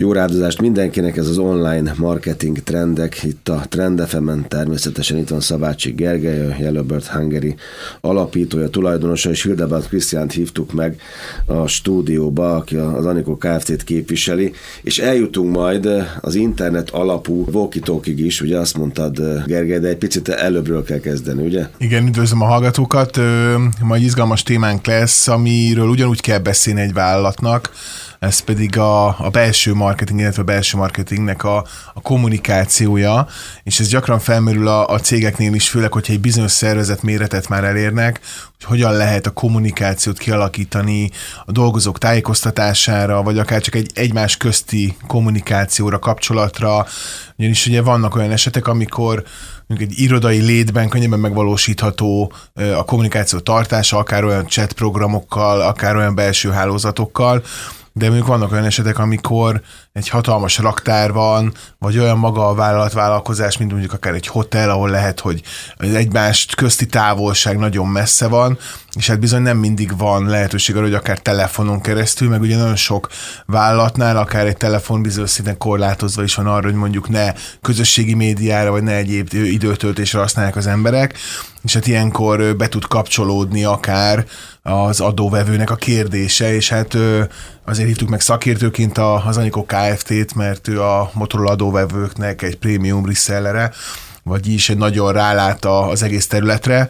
Jó rádozást mindenkinek, ez az online marketing trendek, itt a Trend FM-en, természetesen itt van Szabácsik Gergely, a Yellowbird Hungary alapítója, tulajdonosa, és Hildebrandt Krisztiánt hívtuk meg a stúdióba, aki az Anikó Kft-t képviseli, és eljutunk majd az internet alapú walkie-talkie-ig is, ugye azt mondtad, Gergely, de egy picit előbbről kell kezdeni, ugye? Igen, üdvözlöm a hallgatókat, majd izgalmas témánk lesz, amiről ugyanúgy kell beszélni egy vállalatnak, ez pedig a belső marketing, illetve a belső marketingnek a kommunikációja, és ez gyakran felmerül a cégeknél is, főleg, hogyha egy bizonyos szervezet méretet már elérnek, hogy hogyan lehet a kommunikációt kialakítani a dolgozók tájékoztatására, vagy akár csak egy egymás közti kommunikációra, kapcsolatra, ugyanis ugye vannak olyan esetek, amikor egy irodai létben könnyebben megvalósítható a kommunikáció tartása, akár olyan chat programokkal, akár olyan belső hálózatokkal, de mondjuk vannak olyan esetek, amikor egy hatalmas raktár van, vagy olyan maga a vállalatvállalkozás, mint mondjuk akár egy hotel, ahol lehet, hogy az egymást közti távolság nagyon messze van, és hát bizony nem mindig van lehetőség arra, hogy akár telefonon keresztül, meg ugye nagyon sok vállalatnál, akár egy telefon bizonyos szinten korlátozva is van arra, hogy mondjuk ne közösségi médiára, vagy ne egyéb időtöltésre használják az emberek, és hát ilyenkor be tud kapcsolódni akár az adóvevőnek a kérdése, és hát azért hívtuk meg szakértőként az Anikó Kft-t, mert ő a Motorola adóvevőknek egy prémium resellere, vagyis nagyon rálát az egész területre,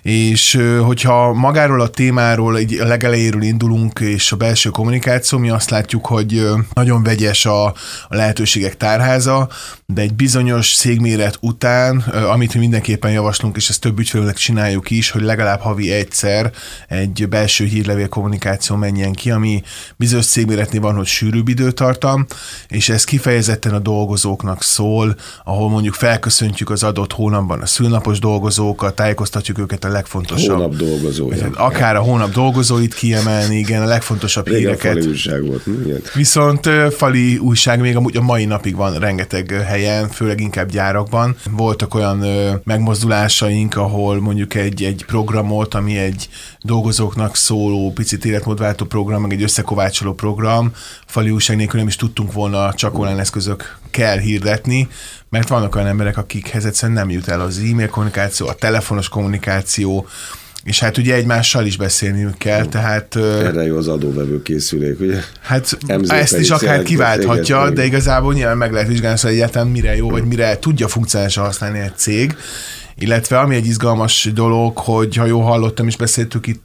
és hogyha magáról a témáról a legelejéről indulunk, és a belső kommunikáció, mi azt látjuk, hogy nagyon vegyes a lehetőségek tárháza, de egy bizonyos cégméret után, amit mi mindenképpen javaslunk, és ezt több ügyfélnek csináljuk is, hogy legalább havi egyszer egy belső hírlevél kommunikáció menjen ki, ami bizonyos cégméretnél van, hogy sűrűbb időtartam, és ez kifejezetten a dolgozóknak szól, ahol mondjuk felköszöntjük az adott hónapban a szülnapos dolgozókat, tájékoztatjuk őket a legfontosabb. Hónap dolgozója. Akár a hónap dolgozóit kiemelni, igen, a legfontosabb híreket. Fali újság volt. Igen. Viszont fali újság még amúgy a mai napig van rengeteg helyen, főleg inkább gyárakban. Voltak olyan megmozdulásaink, ahol mondjuk egy programot, ami egy dolgozóknak szóló, picit életmódváltó program, meg egy összekovácsoló program, fali újság nélkül nem is tudtunk volna csak online eszközök kell hirdetni, mert vannak olyan emberek, akikhez egyszerűen nem jut el az e-mail kommunikáció, a telefonos kommunikáció, és hát ugye egymással is beszélniük kell, tehát... Erre jó az adóvevő készülék, ugye? Hát ezt is akár kiválthatja, de igazából nyilván meg lehet vizsgálni, hogy egyáltalán mire jó, vagy mire tudja funkcionálisan használni egy cég. Illetve ami egy izgalmas dolog, hogy ha jól hallottam, és beszéltük itt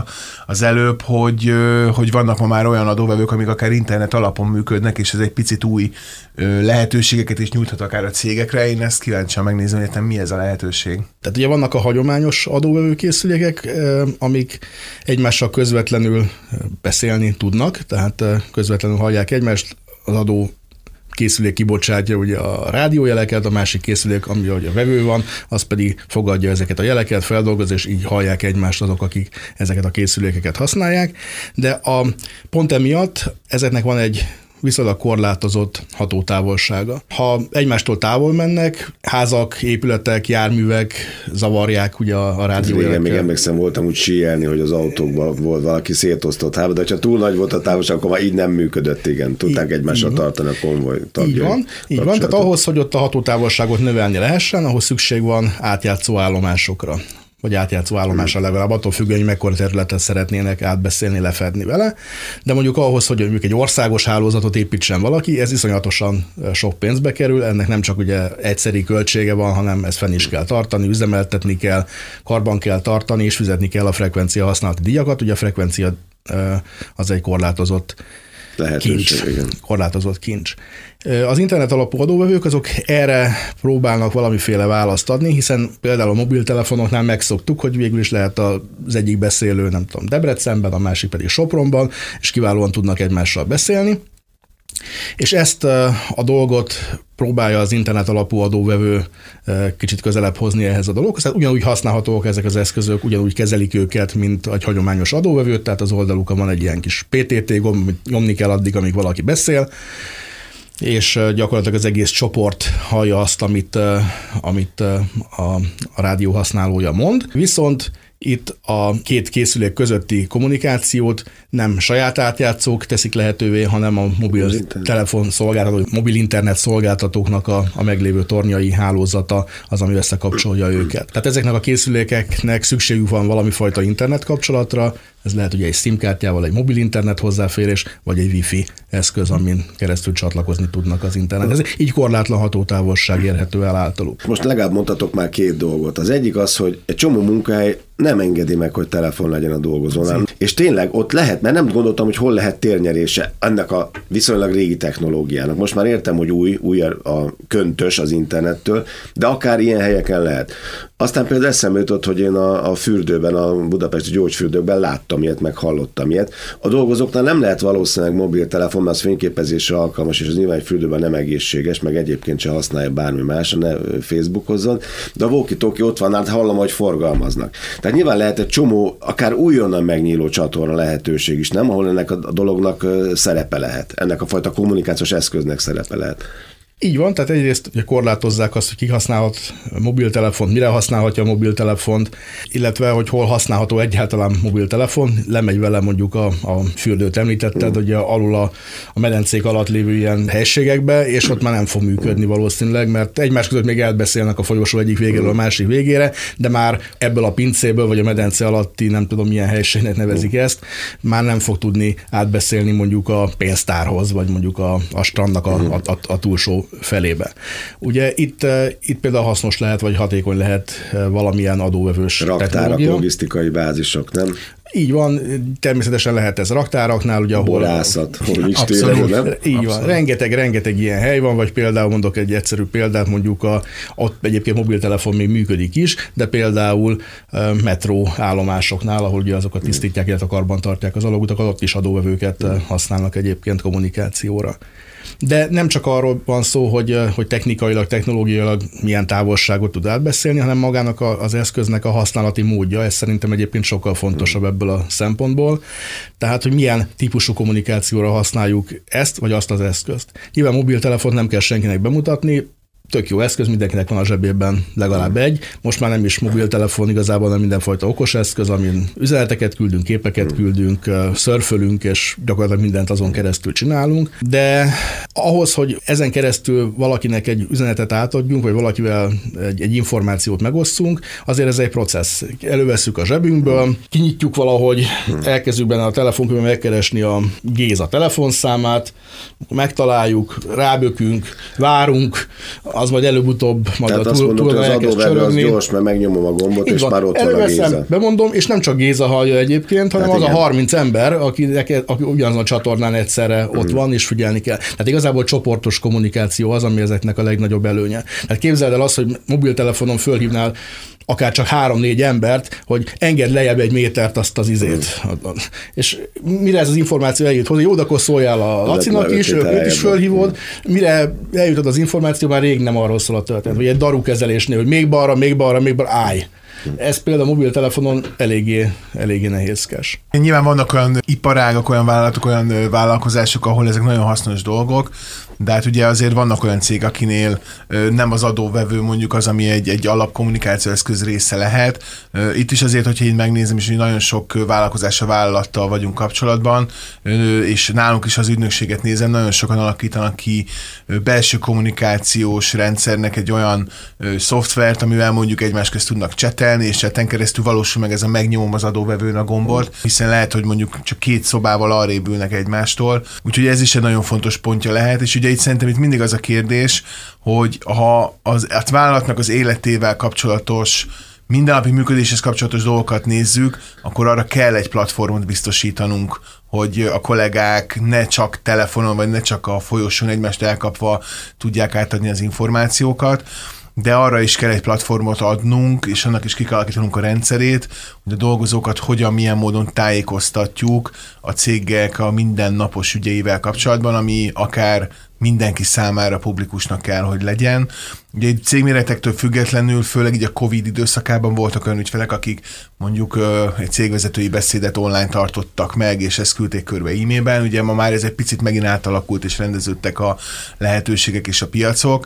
az előbb, hogy vannak ma már olyan adóvevők, amik akár internet alapon működnek, és ez egy picit új lehetőségeket is nyújthat akár a cégekre. Én ezt kíváncsian megnézem, hogy mi ez a lehetőség. Tehát ugye vannak a hagyományos adóvevőkészülékek, amik egymással közvetlenül beszélni tudnak, tehát közvetlenül hallják egymást, az adó készülék kibocsátja ugye a rádiójeleket, a másik készülék, ami a vevő van, az pedig fogadja ezeket a jeleket, feldolgoz, és így hallják egymást azok, akik ezeket a készülékeket használják. De pont emiatt ezeknek van egy viszonylag korlátozott hatótávolsága. Ha egymástól távol mennek, házak, épületek, járművek zavarják ugye a rádiójeleket. Igen, még emlékszem, voltam úgy síelni, hogy az autókban volt valaki szétosztott hába, de ha túl nagy volt a távolság, akkor már így nem működött, igen. Tudták egymással tartani a konvoj tagjai. Így van, tehát ahhoz, hogy ott a hatótávolságot növelni lehessen, ahhoz szükség van átjátszó állomásokra, vagy átjátszó állomásra legalább, attól függően, hogy mekkora területet szeretnének átbeszélni, lefedni vele. De mondjuk ahhoz, hogy mondjuk egy országos hálózatot építsen valaki, ez iszonyatosan sok pénzbe kerül, ennek nem csak ugye egyszeri költsége van, hanem ezt fenn is kell tartani, üzemeltetni kell, karban kell tartani, és fizetni kell a frekvencia használati díjakat. Ugye a frekvencia az egy korlátozott kincs. Az internet alapú adóvevők azok erre próbálnak valamiféle választ adni, hiszen például a mobiltelefonoknál megszoktuk, hogy végül is lehet az egyik beszélő, nem tudom, Debrecenben, a másik pedig Sopronban, és kiválóan tudnak egymással beszélni. És ezt a dolgot próbálja az internet alapú adóvevő kicsit közelebb hozni ehhez a dologhoz. Tehát ugyanúgy használhatóak ezek az eszközök, ugyanúgy kezelik őket, mint egy hagyományos adóvevőt, tehát az oldalukon van egy ilyen kis PTT gomb, nyomni kell addig, amíg valaki beszél, és gyakorlatilag az egész csoport hallja azt, amit a rádió használója mond. Viszont Itt a két készülék közötti kommunikációt nem saját átjátszók teszik lehetővé, hanem a mobiltelefon szolgáltató, mobil internet szolgáltatóknak a meglévő tornyai hálózata az, ami összekapcsolja őket. Tehát ezeknek a készülékeknek szükségük van valami fajta internet kapcsolatra, ez lehet ugye egy SIM-kártyával egy mobil internet hozzáférés, vagy egy Wi-Fi eszköz, amin keresztül csatlakozni tudnak az internethez. Így korlátlan hatótávolság érhető el általuk. Most legalább mondhatok már két dolgot. Az egyik az, hogy egy csomó munkahely nem engedi meg, hogy telefon legyen a dolgozónál. És tényleg ott lehet, mert nem gondoltam, hogy hol lehet térnyerése ennek a viszonylag régi technológiának. Most már értem, hogy új a köntös az internettől, de akár ilyen helyeken lehet. Aztán például eszembe jutott, hogy én a fürdőben, a budapesti gyógyfürdőkben láttam ilyet, meg hallottam ilyet. A dolgozóknál nem lehet valószínűleg mobiltelefon, mert az fényképezésre alkalmas, és az nyilván egy fürdőben nem egészséges, meg egyébként se használja bármi más, ne Facebookozzon, de a walkie-talkie ott van, hát hallom, hogy forgalmaznak. Tehát nyilván lehet egy csomó, akár újonnan megnyíló csatorna lehetőség is, nem? Ahol ennek a dolognak szerepe lehet. Ennek a fajta kommunikációs eszköznek szerepe lehet. Így van, tehát egyrészt ugye korlátozzák azt, hogy ki használhat mobiltelefont, mire használhatja a mobiltelefont, illetve hogy hol használható egyáltalán mobiltelefon. Lemegy vele mondjuk a fürdőt említetted, ugye alul a medencék alatt lévő ilyen helységekbe, és ott már nem fog működni valószínűleg, mert egymás között még elbeszélnek a folyosó egyik végéről a másik végére, de már ebből a pincéből, vagy a medence alatti, nem tudom milyen helységnek nevezik ezt, már nem fog tudni átbeszélni mondjuk a pénztárhoz, vagy mondjuk a strandnak a túlsó felébe. Ugye itt például hasznos lehet, vagy hatékony lehet valamilyen adóvevős technológia. Logisztikai bázisok, nem? Így van, természetesen lehet ez raktáraknál, ugye, ahol... Borászat, hol is abszolút, nem? Így van, rengeteg ilyen hely van, vagy például mondok egy egyszerű példát, mondjuk ott egyébként mobiltelefon még működik is, de például metró állomásoknál, ahol ugye azokat tisztítják, illetve karbantartják az alagutakat, ott is adóvevőket használnak egyébként kommunikációra. De nem csak arról van szó, hogy technikailag, technológiailag milyen távolságot tud átbeszélni, hanem magának az eszköznek a használati módja, ez szerintem egyébként sokkal fontosabb ebből a szempontból. Tehát, hogy milyen típusú kommunikációra használjuk ezt, vagy azt az eszközt. Nyilván mobiltelefont nem kell senkinek bemutatni, tök jó eszköz, mindenkinek van a zsebében legalább egy. Most már nem is mobiltelefon, igazából nem mindenfajta okos eszköz, amin üzeneteket küldünk, képeket küldünk, szörfölünk, és gyakorlatilag mindent azon keresztül csinálunk. De ahhoz, hogy ezen keresztül valakinek egy üzenetet átadjunk, vagy valakivel egy információt megosszunk, azért ez egy processz. Elővesszük a zsebünkből, kinyitjuk valahogy, elkezdjük benne a telefonkönyvben megkeresni a Géza telefonszámát, megtaláljuk, rábökünk, várunk, az majd előbb-utóbb majd tehát azt mondod, hogy az adóvevő az gyors, mert megnyomom a gombot, és már ott van a Géza. Bemondom, és nem csak Géza hallja egyébként, hanem tehát az igen. A 30 ember, aki ugyanazon a csatornán egyszerre ott van, és figyelni kell. Tehát igazából csoportos kommunikáció az, ami ezeknek a legnagyobb előnye. Tehát képzeld el azt, hogy mobiltelefonon fölhívnál akár csak 3-4 embert, hogy engedd lejjebb egy métert azt az izét. És mire ez az információ eljut hozzá, jó, de akkor szóljál a Lacinak is, őt is fölhívod, mire eljutod az információ, már rég nem arról szól a történet, vagy egy darukezelésnél, hogy még balra, állj. Ez például a mobiltelefonon eléggé nehézkes. Nyilván vannak olyan iparágak, olyan vállalatok, olyan vállalkozások, ahol ezek nagyon hasznos dolgok, de hát ugye azért vannak olyan cég, akinél nem az adóvevő mondjuk az, ami egy alapkommunikáció eszköz része lehet. Itt is azért, hogyha én megnézem, és nagyon sok vállalkozással, vállalattal vagyunk kapcsolatban, és nálunk is az ügynökséget nézem, nagyon sokan alakítanak ki belső kommunikációs rendszernek egy olyan szoftvert, amivel mondjuk egymás közt tudnak csetelni, és cseten keresztül valósul meg ez a megnyomom az adóvevőn a gombot, hiszen lehet, hogy mondjuk csak 2 szobával arrébb ülnek egymástól. Úgyhogy ez is egy nagyon fontos pontja lehet, és ugye itt szerintem itt mindig az a kérdés, hogy ha az vállalatnak az életével kapcsolatos, mindennapi működéshez kapcsolatos dolgokat nézzük, akkor arra kell egy platformot biztosítanunk, hogy a kollégák ne csak telefonon, vagy ne csak a folyosón egymást elkapva tudják átadni az információkat, de arra is kell egy platformot adnunk, és annak is ki kell alakítanunk a rendszerét, hogy a dolgozókat hogyan, milyen módon tájékoztatjuk a cégek a mindennapos ügyeivel kapcsolatban, ami akár mindenki számára publikusnak kell, hogy legyen. Ugye egy cégméretektől függetlenül, főleg így a Covid időszakában voltak olyan ügyfelek, akik mondjuk egy cégvezetői beszédet online tartottak meg, és ezt küldték körbe e-mailben. Ugye ma már ez egy picit megint átalakult, és rendeződtek a lehetőségek és a piacok,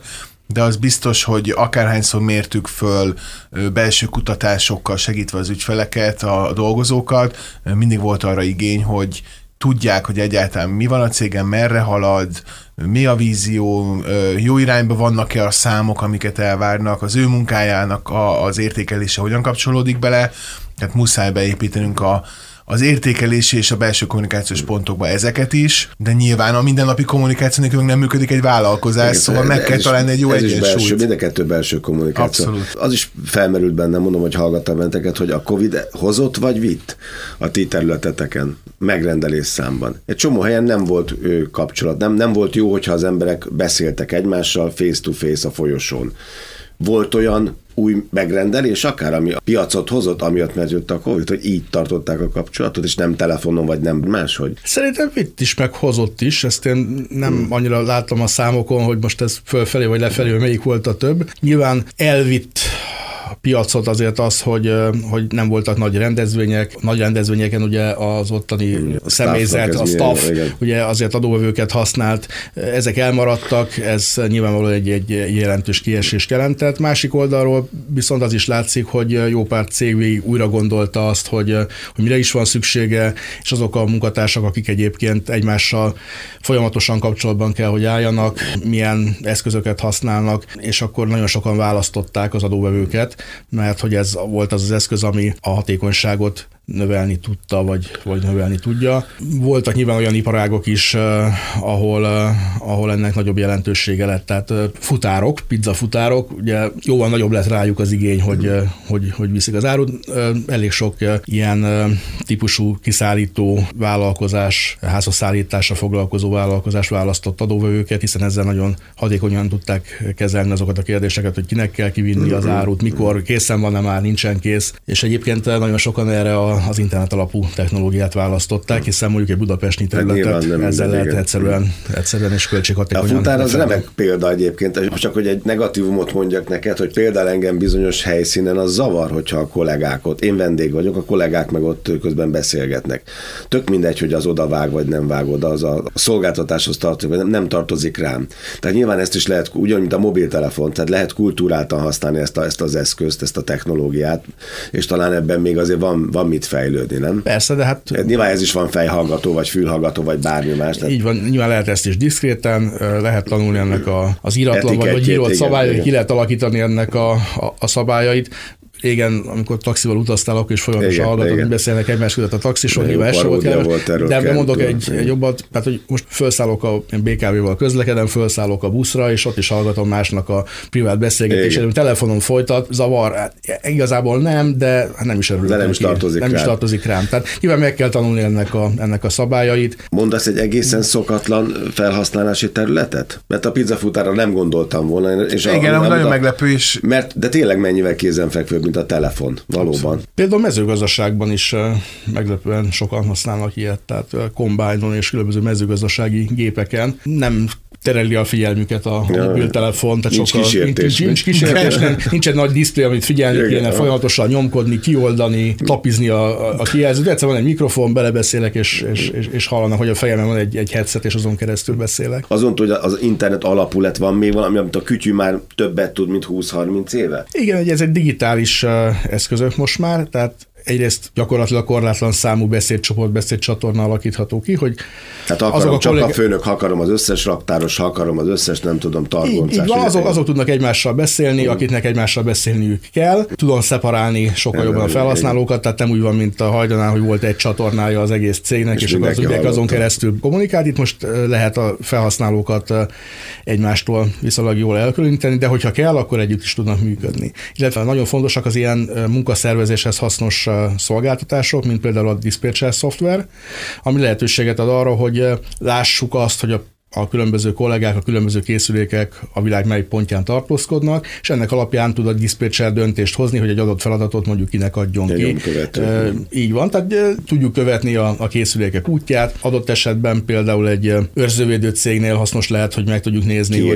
de az biztos, hogy akárhányszor mértük föl belső kutatásokkal segítve az ügyfeleket, a dolgozókat, mindig volt arra igény, hogy tudják, hogy egyáltalán mi van a cégen, merre halad, mi a vízió, jó irányba vannak-e a számok, amiket elvárnak, az ő munkájának az értékelése hogyan kapcsolódik bele, tehát muszáj beépítenünk az értékelési és a belső kommunikációs pontokba ezeket is, de nyilván a mindennapi kommunikáció nélkül nem működik egy vállalkozás, igen, szóval meg kell találni egy jó egyensúlyt. Mind a kettő belső kommunikáció. Abszolút. Az is felmerült bennem, mondom, hogy hallgattam benteket, hogy a Covid hozott vagy vitt a ti területeteken megrendelés számban. Egy csomó helyen nem volt kapcsolat, nem volt jó, hogyha az emberek beszéltek egymással face to face a folyosón. Volt olyan új megrendelés, akár ami a piacot hozott, amiatt mert jött a Covid, hogy így tartották a kapcsolatot, és nem telefonon, vagy nem máshogy? Szerintem itt is, meg hozott is, ezt én nem annyira láttam a számokon, hogy most ez fölfelé vagy lefelé, hogy melyik volt a több. Nyilván elvitt a piacot azért az, hogy nem voltak nagy rendezvények. Nagy rendezvényeken ugye az ottani személyzet, a staff, ugye azért adóvevőket használt, ezek elmaradtak, ez nyilvánvalóan egy jelentős kiesést jelentett. Másik oldalról viszont az is látszik, hogy jó pár cég újra gondolta azt, hogy mire is van szüksége, és azok a munkatársak, akik egyébként egymással folyamatosan kapcsolatban kell, hogy álljanak, milyen eszközöket használnak, és akkor nagyon sokan választották az adóvevőket, mert hogy ez volt az eszköz, ami a hatékonyságot növelni tudta, vagy növelni tudja. Voltak nyilván olyan iparágok is, ahol ennek nagyobb jelentősége lett. Tehát futárok, pizzafutárok, ugye jóval nagyobb lett rájuk az igény, hogy viszik az árut. Elég sok ilyen típusú kiszállító vállalkozás, házhoz szállításra foglalkozó vállalkozás választott adóvevőket, hiszen ezzel nagyon hatékonyan tudták kezelni azokat a kérdéseket, hogy kinek kell kivinni az árut, mikor készen van-e már, nincsen kész. És egyébként nagyon sokan erre az internet alapú technológiát választották, hiszen mondjuk egy budapesti területet ezzel lehet egyszerűen és költséghatékonyan. A futár az remek példa egyébként, csak hogy egy negatívumot mondjak neked, hogy például engem bizonyos helyszínen az zavar, hogyha a kollégák ott, én vendég vagyok, a kollégák meg ott közben beszélgetnek. Tök mindegy, hogy az oda vág, vagy nem vág oda, az a szolgáltatáshoz tartozik, vagy nem tartozik rám. Tehát nyilván ezt is lehet, ugyanúgy, mint a mobiltelefon, tehát lehet kultúráltan használni ezt az eszközt, ezt a technológiát, és talán ebben még azért van mit fejlődni, nem? Persze, de hát... Nyilván ez is van fejhallgató, vagy fülhallgató, vagy bármi más. Így van, nyilván lehet ezt is diszkréten, lehet tanulni ennek az íratlan, vagy írott szabályait, ki lehet alakítani ennek a szabályait. Régen, amikor taxival utaztál, akkor is folyamatosan hallgatod, hogy beszélnek egymás között a taxisok, nyilván ez volt de mondok egy jobbat, tehát hogy most felszállok a BKV-val közlekedem, felszállok a buszra, és ott is hallgatom másnak a privát beszélgetését, telefonon folytat, zavar, igazából nem, de nem is örülök. De nem is tartozik rám. Tehát nyilván meg kell tanulni ennek a szabályait. Mondasz egy egészen szokatlan felhasználási területet? Mert a pizzafutára nem gondoltam volna. És igen, nagyon meglepő is. De tényleg mennyivel kézenfekvőbb, mint a telefon, valóban. Például mezőgazdaságban is meglepően sokan használnak ilyet, tehát kombájnon és különböző mezőgazdasági gépeken. Nem tereli a figyelmüket a mobiltelefon, tehát nincs kísértés, nincs egy nagy diszplé, amit figyelni kéne, folyamatosan nyomkodni, kiоldani, tapizni a kijelzőt. Egyszer van egy mikrofon, belebeszélek, és hallanak, hogy a fejemben van egy headset, és azon keresztül beszélek. Azon, hogy az internet alapú lett, van még valami, amit a kütyű már többet tud, mint 20-30 éve? Igen, ez egy digitális eszközök most már, tehát egyrészt gyakorlatilag korlátlan számú beszédcsoport, beszédcsatorna alakítható ki, hogy hát akarom csak a főnök, ha akarom az összes raktáros, ha akarom az összes, nem tudom, targoncás. Így van, azok tudnak egymással beszélni, akiknek egymással beszélniük kell. Tudom szeparálni sokkal jobban a felhasználókat, tehát nem úgy van, mint a hajdanál, hogy volt egy csatornája az egész cégnek, és akkor azon keresztül kommunikált. Itt most lehet a felhasználókat egymástól viszonylag jól elkülöníteni, de hogyha kell, akkor együtt is tudnak működni. Illetve nagyon fontosak az ilyen munkaszervezéshez hasznos szolgáltatások, mint például a dispatcher szoftver, ami lehetőséget ad arra, hogy lássuk azt, hogy a különböző kollégák, a különböző készülékek a világ melyik pontján tartózkodnak, és ennek alapján tud a diszpécser döntést hozni, hogy egy adott feladatot mondjuk kinek adjon ki. Így van, tehát tudjuk követni a készülékek útját. Adott esetben például egy őrzővédő cégnél hasznos lehet, hogy meg tudjuk nézni,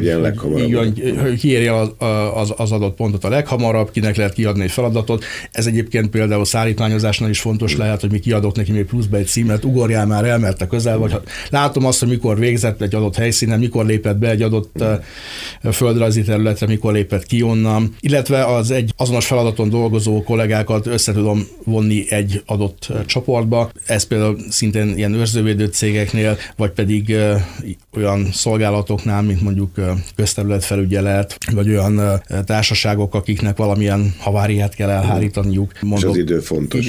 hogy ki érje az adott pontot a leghamarabb, kinek lehet kiadni egy feladatot. Ez egyébként például szállítmányozásnál is fontos lehet, hogy mi kiadok neki még pluszba egy címet, ugorjál már el, mert te közel vagy. Látom azt, hogy mikor végzett egy adott helyszínen, mikor lépett be egy adott földrajzi területre, mikor lépett ki onnan, illetve az egy azonos feladaton dolgozó kollégákat össze tudom vonni egy adott csoportba. Ez például szintén ilyen őrzővédő cégeknél, vagy pedig olyan szolgálatoknál, mint mondjuk közterületfelügyelet, vagy olyan társaságok, akiknek valamilyen haváriát kell elhárítaniuk. És az idő fontos.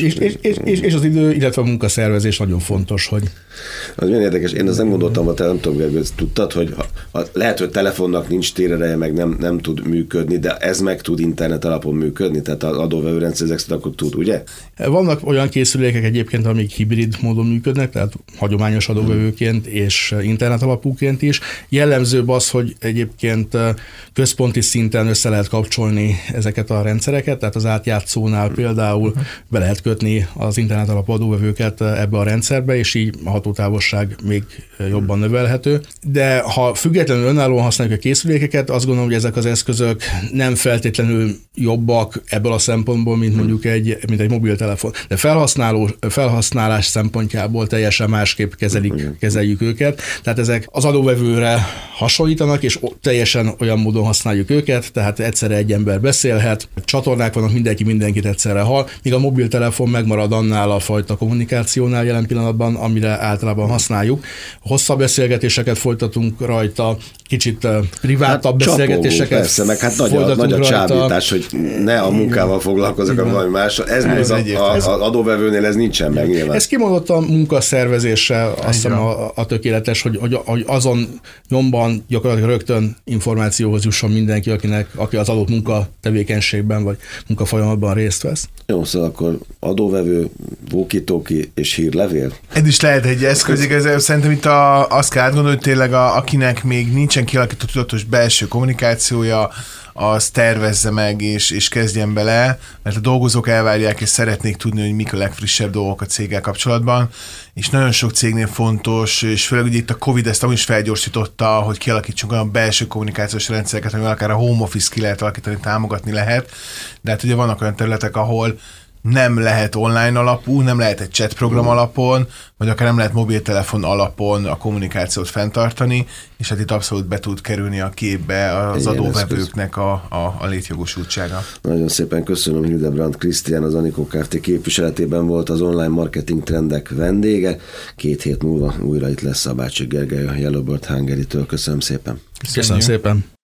És az idő, illetve a munkaszervezés nagyon fontos, hogy... Az milyen érdekes, én azt nem gondoltam, hogy te nem tudom, Gergő, tudtad, hogy lehet, hogy telefonnak nincs térereje, meg nem tud működni, de ez meg tud internet alapon működni, tehát az adóvevő rendszer akkor tud, ugye? Vannak olyan készülékek egyébként, amik hibrid módon működnek, tehát hagyományos adóvevőként és internet alapúként is. Jellemzőbb az, hogy egyébként központi szinten össze lehet kapcsolni ezeket a rendszereket, tehát az átjátszónál például be lehet kötni az internet alapú adóvevőket ebbe a rendszerbe, és így a hatótávolság még jobban növelhető. De ha függetlenül önállóan használjuk a készülékeket, azt gondolom, hogy ezek az eszközök nem feltétlenül jobbak ebből a szempontból, mint mondjuk egy mobiltelefon. De felhasználás szempontjából teljesen másképp kezeljük őket. Tehát ezek az adóvevőre hasonlítanak, és teljesen olyan módon használjuk őket, tehát egyszerre egy ember beszélhet, csatornák vannak, mindenkit egyszerre hall, míg a mobiltelefon megmarad annál a fajta kommunikációnál jelen pillanatban, amire általában használjuk. Hosszabb beszélgetéseket folytatunk rajta, kicsit privátabb beszélgetéseket. Persze, meg nagy a csábítás, hogy ne a munkával foglalkozok, hanem valami mással. Ez az adóvevőnél ez nincsen meg nyilván. Ez kimondottan munkaszervezéssel azt hiszem a tökéletes, hogy azon nyomban gyakorlatilag rögtön információhoz jusson mindenki, aki az adott munkatevékenységben vagy munkafolyamatban részt vesz. Jó, szóval akkor adóvevő, walkie-talkie és hírlevél? Ez is lehet egy eszköz, szerintem itt azt kell átgondolni, hogy tényleg akinek még nincsen kialakított tudatos belső kommunikációja, az tervezze meg és kezdjen bele, mert a dolgozók elvárják és szeretnék tudni, hogy mik a legfrissebb dolgok a céggel kapcsolatban, és nagyon sok cégnél fontos, és főleg ugye itt a Covid ezt is felgyorsította, hogy kialakítsunk olyan belső kommunikációs rendszereket, amivel akár a home office ki lehet alakítani, támogatni lehet, de hát ugye vannak olyan területek, ahol nem lehet online alapú, nem lehet egy chat program alapon, vagy akár nem lehet mobiltelefon alapon a kommunikációt fenntartani, és hát itt abszolút be tud kerülni a képbe az adóvevőknek a létjogosultsága. Nagyon szépen köszönöm, Hildebrand Krisztián, az Anikó Kft. Képviseletében volt az online marketing trendek vendége. 2 hét múlva újra itt lesz Szabácsik Gergely a Yellowbird Hungary-től. Köszönöm szépen. Köszönöm szépen.